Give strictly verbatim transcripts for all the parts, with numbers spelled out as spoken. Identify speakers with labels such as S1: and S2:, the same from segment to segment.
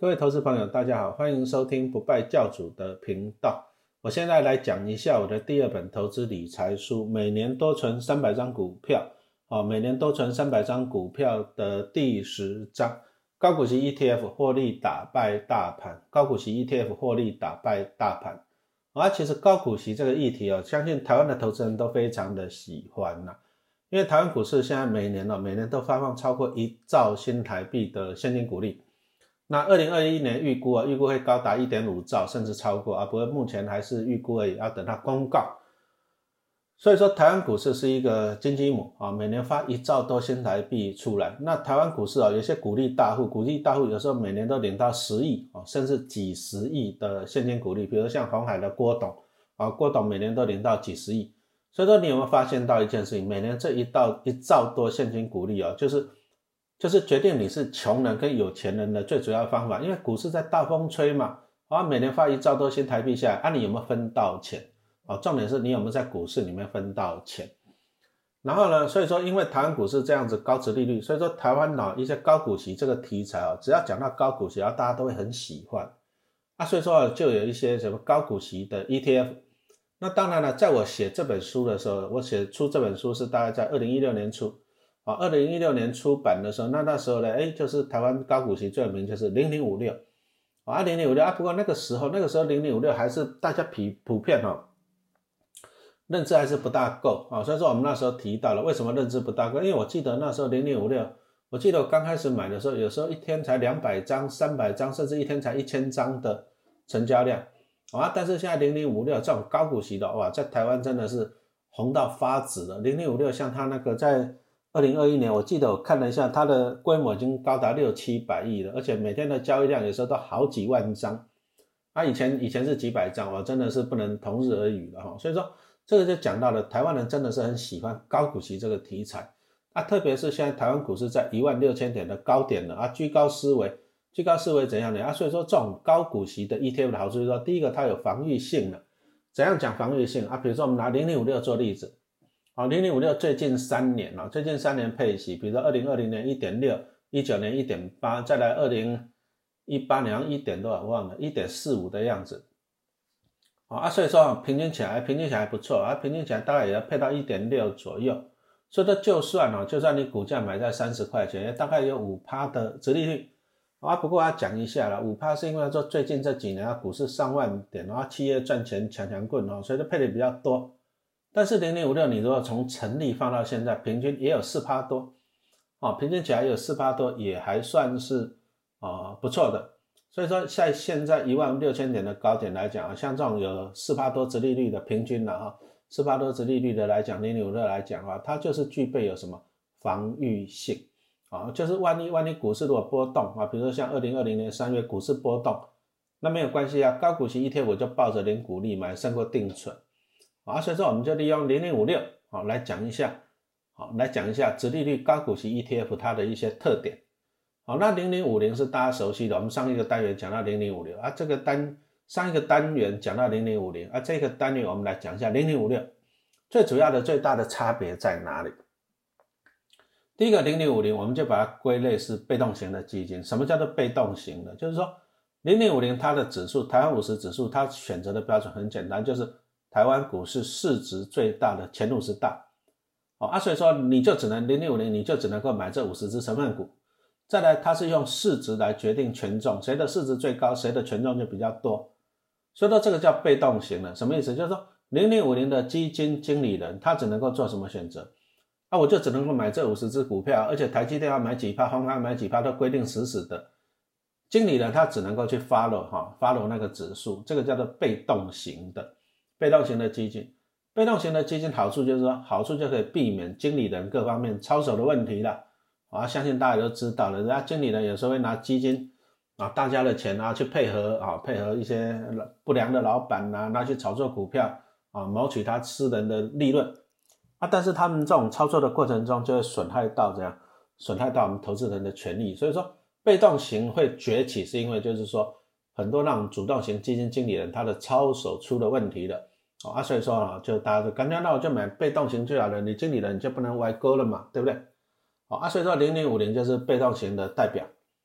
S1: 各位投资朋友大家好，欢迎收听不败教主的频道。我现在来讲一下我的第二本投资理财书，每年多存三百张股票、哦、每年多存三百张股票的第十章，高股息 E T F 获利打败大盘，高股息 E T F 获利打败大盘。啊，其实高股息这个议题哦，相信台湾的投资人都非常的喜欢啦、啊，因为台湾股市现在每年哦，每年都发放超过一兆新台币的现金股利。那二零二一年预估啊，预估会高达 一点五兆甚至超过啊，不过目前还是预估而已，要等它公告。所以说台湾股市是一个金鸡母啊，每年发一兆多新台币出来。那台湾股市啊，有些股利大户，股利大户有时候每年都领到十亿啊，甚至几十亿的现金股利，比如像鸿海的郭董啊，郭董每年都领到几十亿。所以说你有没有发现到一件事情，每年这一到一兆多现金股利啊，就是就是决定你是穷人跟有钱人的最主要方法，因为股市在大风吹嘛，啊，每年发一兆多新台币下来，啊，你有没有分到钱？啊，重点是你有没有在股市里面分到钱？然后呢，所以说因为台湾股市这样子高殖利率，所以说台湾呢、啊、一些高股息这个题材啊，只要讲到高股息，然后大家都会很喜欢，啊，所以说就有一些什么高股息的 E T F。那当然了，在我写这本书的时候，我写出这本书是大概在二零一六年初。啊，二零一六年出版的时候，那那时候呢，诶，就是台湾高股息最有名就是零零五六，啊，零零五六啊，不过那个时候，那个时候零零五六还是大家普普遍哦，认知还是不大够啊，所以说我们那时候提到了为什么认知不大够，因为我记得那时候零零五六，我记得我刚开始买的时候，有时候一天才两百张、三百张，甚至一天才一千张的成交量，啊，但是现在零零五六这种高股息的，哇，在台湾真的是红到发紫了。零零五六像它那个在二零二一年，我记得我看了一下，它的规模已经高达六七百亿了，而且每天的交易量有时候都好几万张。啊，以前以前是几百张，我真的是不能同日而语了哈。所以说这个就讲到了台湾人真的是很喜欢高股息这个题材。啊，特别是现在台湾股市在一万六千点的高点了啊，居高思维，居高思维怎样呢？啊，所以说这种高股息的 E T F 的好处就是说，第一个它有防御性了。怎样讲防御性啊？比如说我们拿零零五六做例子。好，零零五六最近三年啊，最近三年配息，比如说二零二零年 一点六， 一九年 一点八， 再来二零一八年 一点多少忘了 一点四五 的样子。啊，所以说平均起来平均起来不错啊，平均起来大概也要配到 一点六 左右。所以说就算哦，就算你股价买在三十块钱，大概有 百分之五 的殖利率。啊，不过要讲一下啦 百分之五 是因为说最近这几年啊股市上万点啊，企业赚钱强强棍哦，所以就配的比较多。但是零零五六你如果从成立放到现在，平均也有 百分之四 多，哦，平均起来有 百分之四 多，也还算是、呃、不错的。所以说在现在一万六千点的高点来讲啊，像这种有 百分之四 多殖利率的平均了啊， 百分之四 多殖利率的来讲，零零五六来讲啊，它就是具备有什么防御性啊，就是万一万一股市如果波动啊，比如说像二零二零年三月股市波动，那没有关系啊，高股息 E T F 我就抱着零股利买，胜过定存。啊，所以说我们就利用零零五六好来讲一下，好来讲一下殖利率高股息 E T F 它的一些特点。好，那零零五零是大家熟悉的，我们上一个单元讲到零零五六啊，这个单上一个单元讲到零零五零啊，这个单元我们来讲一下零零五六最主要的最大的差别在哪里？第一个零零五零我们就把它归类是被动型的基金。什么叫做被动型的？就是说零零五零它的指数，台湾五十指数，它选择的标准很简单，就是台湾股市市值最大的前五十大，哦啊，所以说你就只能零零五零，你就只能够买这五十只成分股。再来，它是用市值来决定权重，谁的市值最高，谁的权重就比较多。所以说这个叫被动型的，什么意思？就是说零零五零的基金经理人，他只能够做什么选择？啊，我就只能够买这五十只股票，而且台积电要买几趴，宏达买几趴都规定死死的。经理人他只能够去 follow 哈 follow 那个指数，这个叫做被动型的。被动型的基金，被动型的基金好处就是说，好处就可以避免经理人各方面操守的问题了。啊，相信大家都知道了，人家经理人有时候会拿基金啊，大家的钱啊去配合啊，配合一些不良的老板啊，拿去炒作股票啊，谋取他私人的利润啊。但是他们这种操作的过程中，就会损害到这样，损害到我们投资人的权益。所以说，被动型会崛起，是因为就是说，很多那种主动型基金经理人他的操守出了问题了。哦、啊，所以说啊，就大家就干脆那我就买被动型最好了，你经理人你就不能歪钩了嘛，对不对？哦、啊，所以说零零五零就是被动型的代表。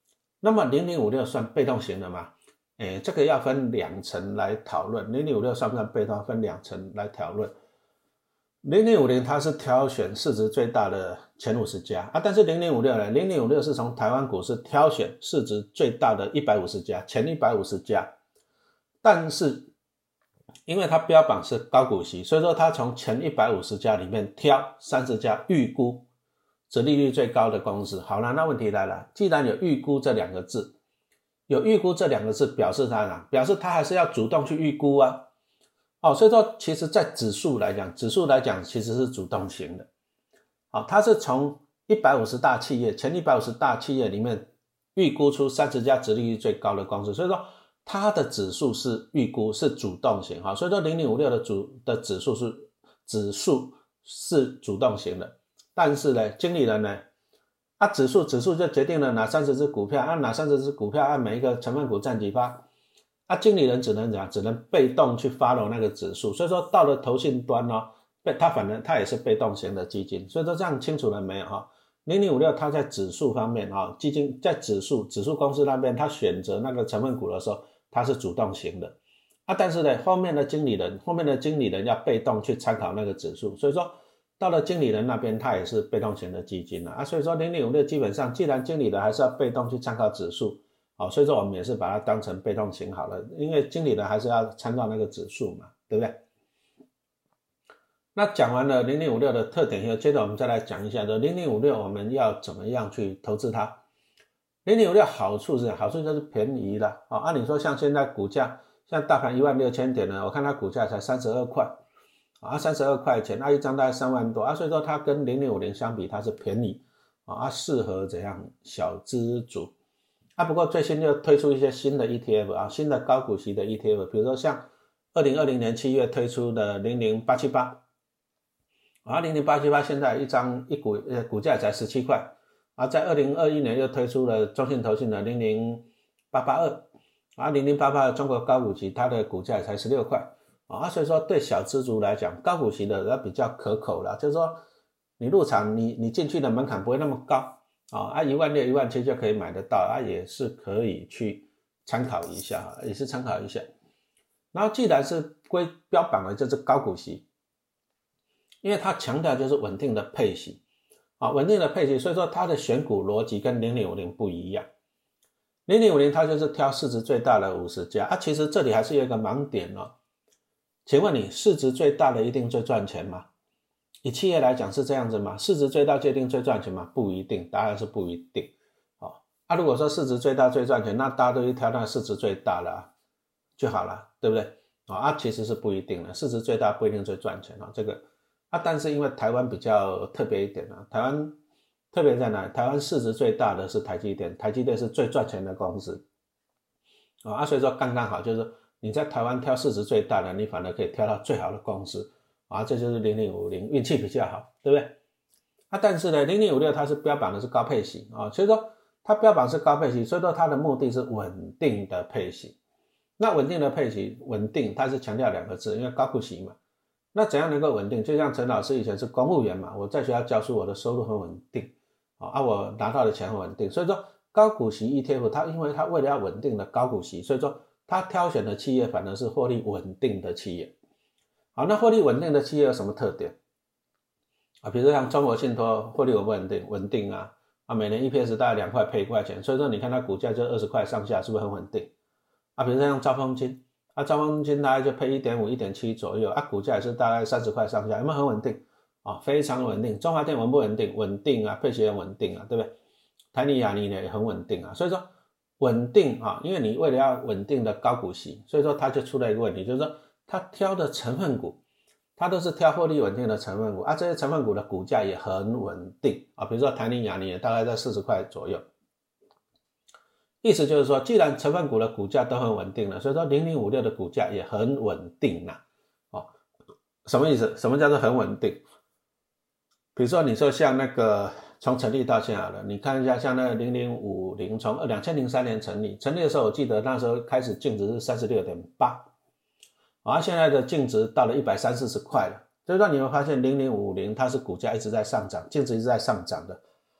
S1: 那么零零五六算被动型的吗？诶，这个要分两层来讨论。零零五六算不算被动？分两层来讨论。零零五零它是挑选市值最大的前五十家啊，但是零零五六呢 ,零零五六是从台湾股市挑选市值最大的一百五十家，前一百五十家。但是因为它标榜是高股息，所以说它从前一百五十家里面挑三十家预估殖利率最高的公司。好了，那问题来了，既然有预估这两个字，有预估这两个字表示它呢？表示它还是要主动去预估啊。哦，所以说其实在指数来讲，指数来讲其实是主动型的。好、哦，它是从一百五十大企业，前一百五十大企业里面预估出三十家殖利率最高的公司，所以说它的指数是预估是主动型。好、哦，所以说零零五六的主的指数是指数是主动型的。但是呢，经理人呢，啊指数指数就决定了哪三十只股票，按哪三十只股票按每一个成分股占几趴。啊，经理人只能怎样？只能被动去 follow 那个指数，所以说到了投信端哦，被他反正他也是被动型的基金，所以说这样清楚了没有哈？零零五六它在指数方面哈，基金在指数指数公司那边，他选择那个成分股的时候，它是主动型的啊，但是呢，后面的经理人后面的经理人要被动去参考那个指数，所以说到了经理人那边，他也是被动型的基金了啊，所以说零零五六基本上，既然经理人还是要被动去参考指数。好，所以说我们也是把它当成被动型好了，因为经理人还是要参照那个指数嘛，对不对？那讲完了零零五六的特点以后，接着我们再来讲一下的零零五六我们要怎么样去投资它。零零五六好处是好处就是便宜啦。哦，按理说像现在股价，像大盘一万六千点呢，我看它股价才三十二块，啊三十二块钱，啊一张大概三万多，啊所以说它跟零零五零相比它是便宜，啊适合怎样小资族。啊，不过最近又推出一些新的 E T F 啊，新的高股息的 E T F， 比如说像二零二零年七月推出的零零八七八，啊零零八七八现在一张一股呃股价才十七块，啊在二零二一年又推出了中信投信的零零八八二，啊零零八八二中国高股息它的股价才十六块，啊所以说对小资族来讲，高股息的比较可口啦，就是说你入场你你进去的门槛不会那么高。啊，啊一万六、一万七就可以买得到啊，也是可以去参考一下，也是参考一下。然后既然是归标榜的就是高股息，因为它强调就是稳定的配息，啊，稳定的配息，所以说它的选股逻辑跟零零五零不一样。零零五零它就是挑市值最大的五十家啊，其实这里还是有一个盲点哦。请问你市值最大的一定最赚钱吗？以企业来讲是这样子吗？市值最大就一定最赚钱吗？不一定，答案是不一定。哦，啊，如果说市值最大最赚钱，那大家都去挑那市值最大的、啊、就好了，对不对？哦、啊，其实是不一定的，市值最大不一定最赚钱啊、哦。这个啊，但是因为台湾比较特别一点啊，台湾特别在哪？台湾市值最大的是台积电，台积电是最赚钱的公司。哦、啊，所以说刚刚好，就是你在台湾挑市值最大的，你反而可以挑到最好的公司。啊，这就是零零五零，运气比较好，对不对？啊，但是呢，零零五六它是标榜的是高配息啊，所以说它标榜是高配息，所以说它的目的是稳定的配息。那稳定的配息，稳定，它是强调两个字，因为高股息嘛。那怎样能够稳定？就像陈老师以前是公务员嘛，我在学校教书，我的收入很稳定啊，我拿到的钱很稳定，所以说高股息 E T F 它因为它为了要稳定的高股息，所以说它挑选的企业反而是获利稳定的企业。好，那获利稳定的企业有什么特点啊？比如说像中国信托获利稳不稳定？稳定啊，啊，每年 E P S 大概两块配一块钱，所以说你看它股价就二十块上下，是不是很稳定？啊，比如说像兆丰金，啊，兆丰金大概就配 一点五、一点七 左右，啊，股价也是大概三十块上下，有没有很稳定？啊，非常稳定。中华电稳不稳定？稳定啊，配息很稳定啊，对不对？台泥亚泥呢也很稳定啊，所以说稳定啊，因为你为了要稳定的高股息，所以说它就出了一个问题，就是说它挑的成分股，它都是挑获利稳定的成分股啊，这些成分股的股价也很稳定啊，比如说台泥亚泥也大概在四十块左右。意思就是说，既然成分股的股价都很稳定了，所以说零零五六的股价也很稳定啦。哦，什么意思？什么叫做很稳定？比如说你说像那个从成立到现在好了，你看一下像那个零零五零从二千零三年成立，成立的时候我记得那时候开始净值是 三十六点八。啊，现在的净值到了一百三四十块了，所以说你会发现零零五零它是股价一直在上涨，净值一直在上涨的。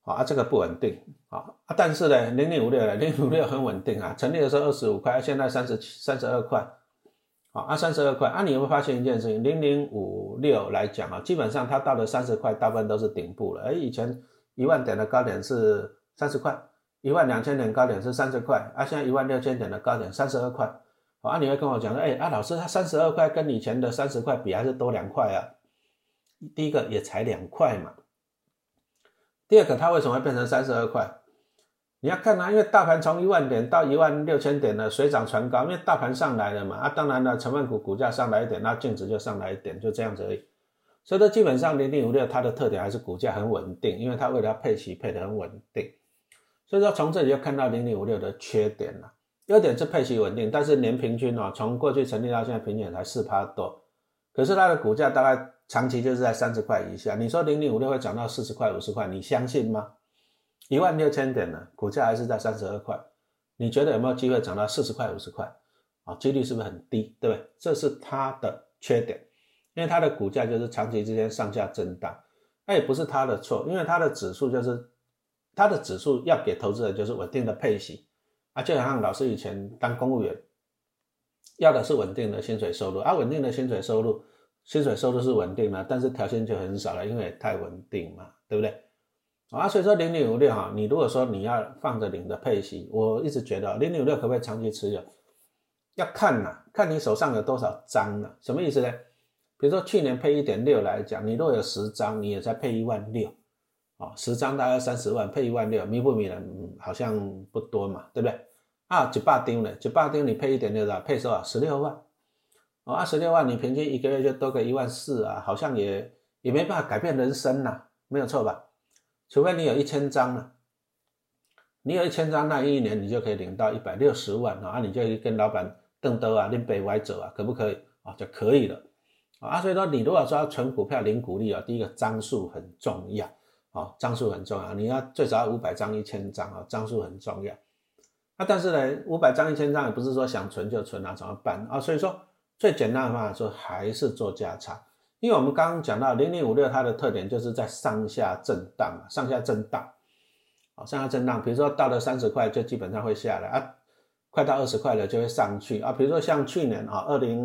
S1: 好啊，这个不稳定啊，啊但是呢零零五六呢零零五六很稳定啊，成立的时候二十五块，现在三十三十二块。好啊，三十二块啊，你有没有发现一件事情？零零五六来讲啊，基本上它到了三十块，大部分都是顶部了。而以前一万点的高点是三十块，一万两千点高点是三十块，啊，现在一万六千点的高点三十二块。好啊，你会跟我讲说，哎啊，老师，它三十二块跟以前的三十块比还是多两块啊？第一个也才两块嘛。第二个，它为什么会变成三十二块？你要看啊，因为大盘从一万点到一万六千点的水涨船高，因为大盘上来了嘛，啊，当然了，成分股股价上来一点，那净值就上来一点，就这样子而已。所以说基本上零零五六它的特点还是股价很稳定，因为它为了要配息配得很稳定。所以说从这里就看到零零五六的缺点了。优点是配息稳定，但是年平均哦，从过去成立到现在平均才 百分之四 多，可是它的股价大概长期就是在三十块以下。你说零零五六会涨到四十块五十块，你相信吗？一万六千点呢，股价还是在三十二块，你觉得有没有机会涨到四十块五十块啊？几率是不是很低，对不对？这是它的缺点，因为它的股价就是长期之间上下震荡，那也不是它的错，因为它的指数就是它的指数要给投资人就是稳定的配息啊，就好像老师以前当公务员要的是稳定的薪水收入啊，稳定的薪水收入薪水收入是稳定的，但是条件就很少了，因为太稳定嘛，对不对？啊，所以说零零五六哈，你如果说你要放着领的配息，我一直觉得零零五六可不可以长期持有，要看啊，看你手上有多少张啊，什么意思呢？比如说去年配 一点六 来讲，你如果有十张，你也才配一万六，哦，十张大概三十万，配一万六，迷不迷人？嗯，好像不多嘛，对不对？啊，一百张呢，一百张你配 一点六 的，配多少？十六万。哦，啊十六万你平均一个月就多个一万四啊，好像也也没办法改变人生啊，没有错吧？除非你有一千张啊，你有一千张，那一年你就可以领到一百六十万啊，你就可以跟老板瞪兜啊，拎北歪走啊，可不可以啊？就可以了啊。所以说，你如果说要存股票领股利啊，第一个张数很重要啊，张数很重要，你要最少要五百张、一千张啊，张数很重要。那、啊、但是呢，五百张、一千张也不是说想存就存啊，怎么办啊？所以说，最简单的方法说还是做价差。因为我们刚刚讲到零零五六它的特点就是在上下震荡，上下震荡，上下震荡，比如说到了三十块就基本上会下来啊，快到二十块了就会上去啊。比如说像去年啊，二零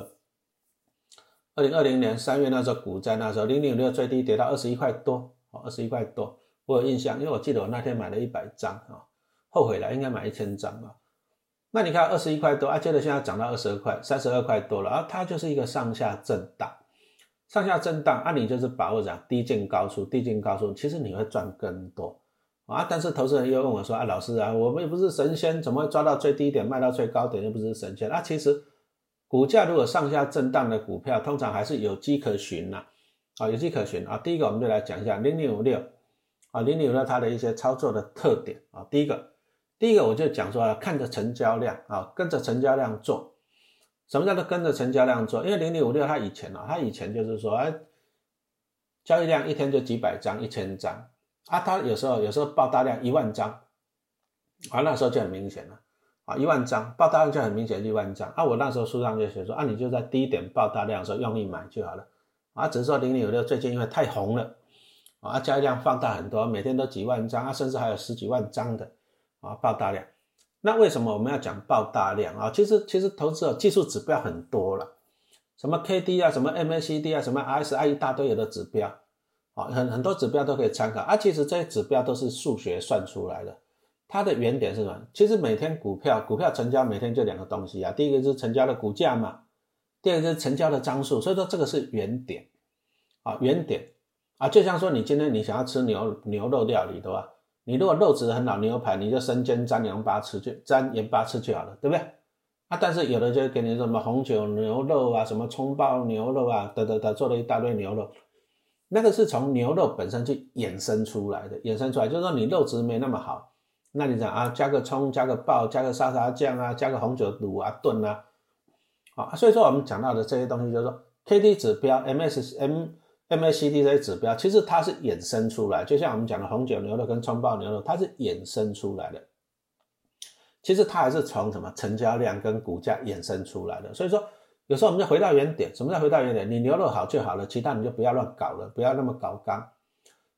S1: 二零年三月那时候股灾那时候，零零五六最低跌到二十一块多，二十一块多，我有印象，因为我记得我那天买了一百张啊，后悔了，应该买一千张吧。那你看二十一块多啊，接着现在涨到二十二块，三十二块多了啊，它就是一个上下震荡。上下震荡啊，你就是把握讲低进高出，低进高出，其实你会赚更多啊。但是投资人又问我说啊，老师啊，我们又不是神仙，怎么会抓到最低点卖到最高点，又不是神仙啊？其实股价如果上下震荡的股票，通常还是有迹可循啦、啊，有迹可循啊。第一个我们就来讲一下零零五六啊，零零五六它的一些操作的特点啊。第一个，第一个我就讲说啊，看着成交量啊，跟着成交量做。什么叫做跟着成交量做？因为零零五六它以前啊，它以前就是说，哎，交易量一天就几百张、一千张啊，它有时候有时候爆大量一万张啊，那时候就很明显了啊，一万张爆大量就很明显一万张啊。我那时候书上就写说啊，你就在低点爆大量的时候用力买就好了啊。只是说零零五六最近因为太红了啊，交易量放大很多，每天都几万张啊，甚至还有十几万张的啊，爆大量。那为什么我们要讲爆大量啊？其实其实投资技术指标很多了，什么 K D 啊，什么 M A C D 啊，什么 R S I 一大堆的指标啊，很很多指标都可以参考啊。其实这些指标都是数学算出来的，它的原点是什么？其实每天股票股票成交每天就两个东西啊，第一个是成交的股价嘛，第二个是成交的张数，所以说这个是原点啊，原点啊，就像说你今天你想要吃牛牛肉料理的话。你如果肉质很好，牛排你就生煎沾盐巴吃就沾盐巴吃就好了，对不对？啊，但是有的就给你什么红酒牛肉啊，什么葱爆牛肉啊，等等等，做了一大堆牛肉，那个是从牛肉本身去衍生出来的，衍生出来就是说你肉质没那么好，那你讲啊，加个葱，加个爆，加个沙沙酱啊，加个红酒卤啊炖啊，啊，所以说我们讲到的这些东西就是说 K D 指标 M S M M A C D 这些指标其实它是衍生出来，就像我们讲的红酒牛肉跟葱爆牛肉，它是衍生出来的，其实它还是从什么成交量跟股价衍生出来的。所以说有时候我们就回到原点，什么叫回到原点？你牛肉好就好了，其他你就不要乱搞了，不要那么搞刚。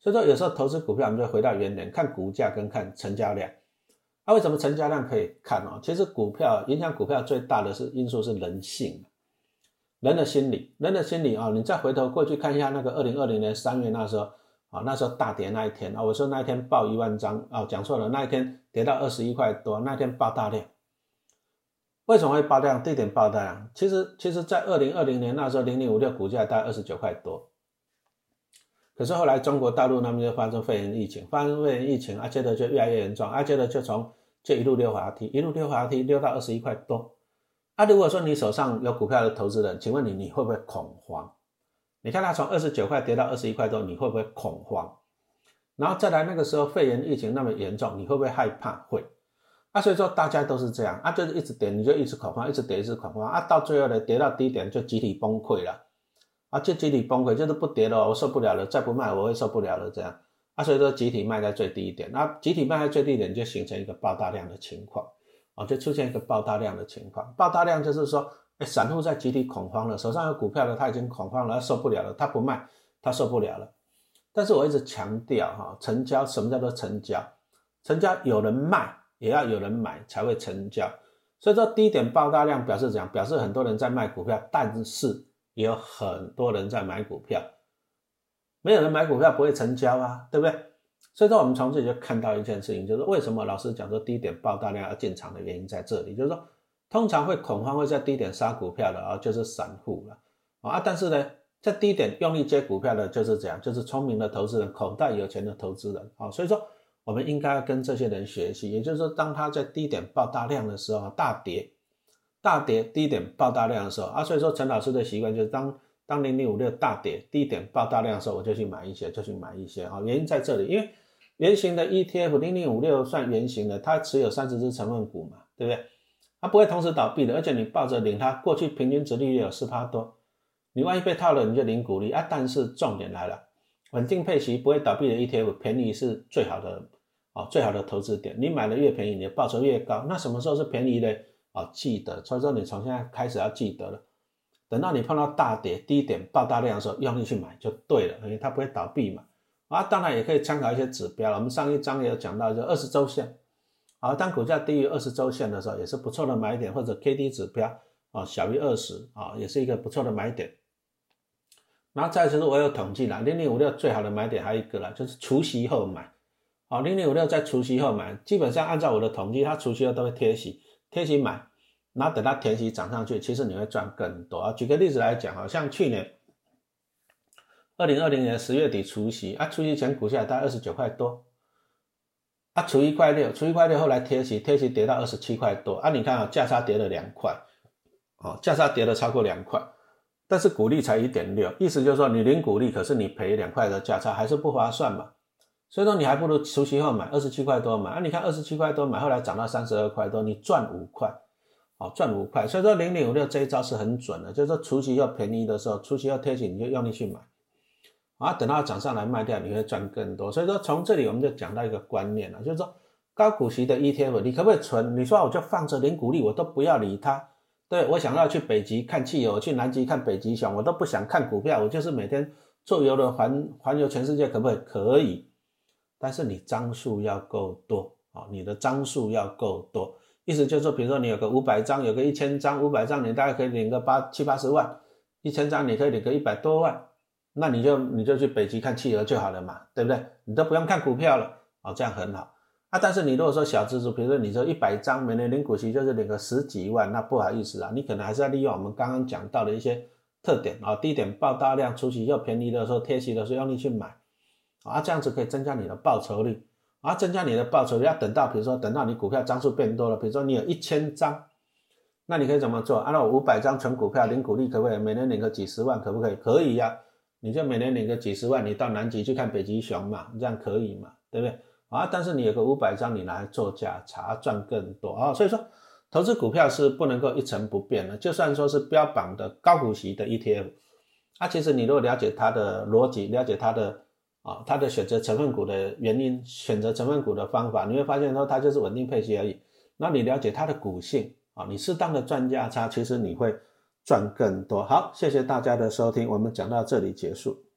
S1: 所以说有时候投资股票我们就回到原点，看股价跟看成交量。那、啊、为什么成交量可以看哦？其实股票影响股票最大的是因素是人性，人的心理，人的心理啊、哦！你再回头过去看一下那个二零二零年三月那时候啊、哦，那时候大跌那一天啊、哦，我说那一天爆一万张啊、哦，讲错了，那一天跌到二十一块多，那天爆大量。为什么会爆大量？低点爆大量，其实其实在二零二零年那时候零零五六股价大概二十九块多。可是后来中国大陆那边就发生肺炎疫情，发生肺炎疫情，啊，接着就越来越严重，啊，接着就从就一路溜滑梯，一路溜滑梯溜到二十一块多。啊，如果说你手上有股票的投资人，请问你你会不会恐慌？你看它从二十九块跌到二十一块多，你会不会恐慌？然后再来那个时候肺炎疫情那么严重，你会不会害怕？会。啊，所以说大家都是这样，啊，就是一直跌你就一直恐慌，一直跌一直恐慌，啊，到最后呢跌到低点就集体崩溃了。啊，就集体崩溃，就是不跌了，我受不了了，再不卖我会受不了了，这样啊，所以说集体卖在最低点，那集体卖在最低点就形成一个爆大量的情况，啊，就出现一个爆大量的情况。爆大量就是说，哎，散户在集体恐慌了，手上有股票的他已经恐慌了，他受不了了，他不卖，他受不了了。但是我一直强调哈，成交什么叫做成交？成交有人卖，也要有人买才会成交。所以说低点爆大量表示怎样？表示很多人在卖股票，但是也有很多人在买股票，没有人买股票不会成交啊，对不对？所以说我们从这里就看到一件事情，就是为什么老师讲说低点爆大量要进场的原因在这里，就是说通常会恐慌会在低点杀股票的啊，就是散户了啊，但是呢在低点用力接股票的就是这样，就是聪明的投资人，口袋有钱的投资人啊，所以说我们应该要跟这些人学习，也就是说当他在低点爆大量的时候，大跌大跌低点爆大量的时候啊，所以说陈老师的习惯就是当当零零五六大跌低点爆大量的时候，我就去买一些，就去买一些啊。原因在这里，因为原型的 E T F 零零五六算原型的，它持有三十只成分股嘛，对不对？它不会同时倒闭的，而且你抱着领它，过去平均殖利率有 百分之四 多，你万一被套了，你就领股利啊。但是重点来了，稳定配息不会倒闭的 E T F 便宜是最好的啊，最好的投资点。你买的越便宜，你的报酬越高。那什么时候是便宜的？哦，记得，所以说你从现在开始要记得了，等到你碰到大跌低点爆大量的时候，用力去买就对了，因为它不会倒闭嘛。啊，当然也可以参考一些指标，我们上一章也有讲到，就二十周线，啊，当股价低于二十周线的时候，也是不错的买点，或者 K D 指标啊小于二十啊，也是一个不错的买点。然后再就是我有统计了，零零五六最好的买点还有一个啦，就是除息后买。啊，零零五六在除息后买，基本上按照我的统计，它除息后都会贴息。贴息买，然后等它填息涨上去，其实你会赚更多啊。举个例子来讲，好像去年二零二零年十月底除息啊，除息前股价大概二十九块多，啊，除一块六，除一块六后来贴息，贴息跌到二十七块多啊。你看啊，价差跌了两块，哦，价差跌了超过两块，但是股利才 一点六， 意思就是说你领股利，可是你赔两块的价差，还是不划算嘛。所以说你还不如除息后买二十七块多买啊，你看二十七块多买，后来涨到三十二块多，你赚五块，好，赚五块。所以说零零五六这一招是很准的，就是说除息又便宜的时候，除息又贴息，你就用力去买，啊，等到涨上来卖掉，你会赚更多。所以说从这里我们就讲到一个观念了，就是说高股息的 E T F 你可不可以存？你说我就放着领股利，我都不要理它。对，我想要去北极看企鹅，我去南极看北极熊，我都不想看股票，我就是每天坐游轮环环游全世界，可不可以？可以。但是你张数要够多，哦，你的张数要够多，意思就是说，比如说你有个五百张，有个一千张，五百张你大概可以领个八七八十万，一千张你可以领个一百多万，那你就你就去北极看企鹅就好了嘛，对不对？你都不用看股票了，哦，这样很好啊。但是你如果说小资族，比如说你说一百张，每年领股息就是领个十几万，那不好意思啊，你可能还是要利用我们刚刚讲到的一些特点啊，低点爆大量，除息又便宜的时候，贴息的时候用力去买。啊，这样子可以增加你的报酬率，啊，增加你的报酬率要等到，比如说等到你股票张数变多了，比如说你有一千张，那你可以怎么做？按照我五百张存股票领股利可不可以？每年领个几十万可不可以？可以呀、啊，你就每年领个几十万，你到南极去看北极熊嘛，这样可以嘛，对不对？啊，但是你有个五百张，你拿来做价差赚更多啊，所以说投资股票是不能够一成不变的，就算说是标榜的高股息的 E T F， 啊，其实你如果了解它的逻辑，了解它的啊，它的选择成分股的原因，选择成分股的方法，你会发现说它就是稳定配息而已。那你了解它的股性啊，你适当的赚价差，其实你会赚更多。好，谢谢大家的收听，我们讲到这里结束。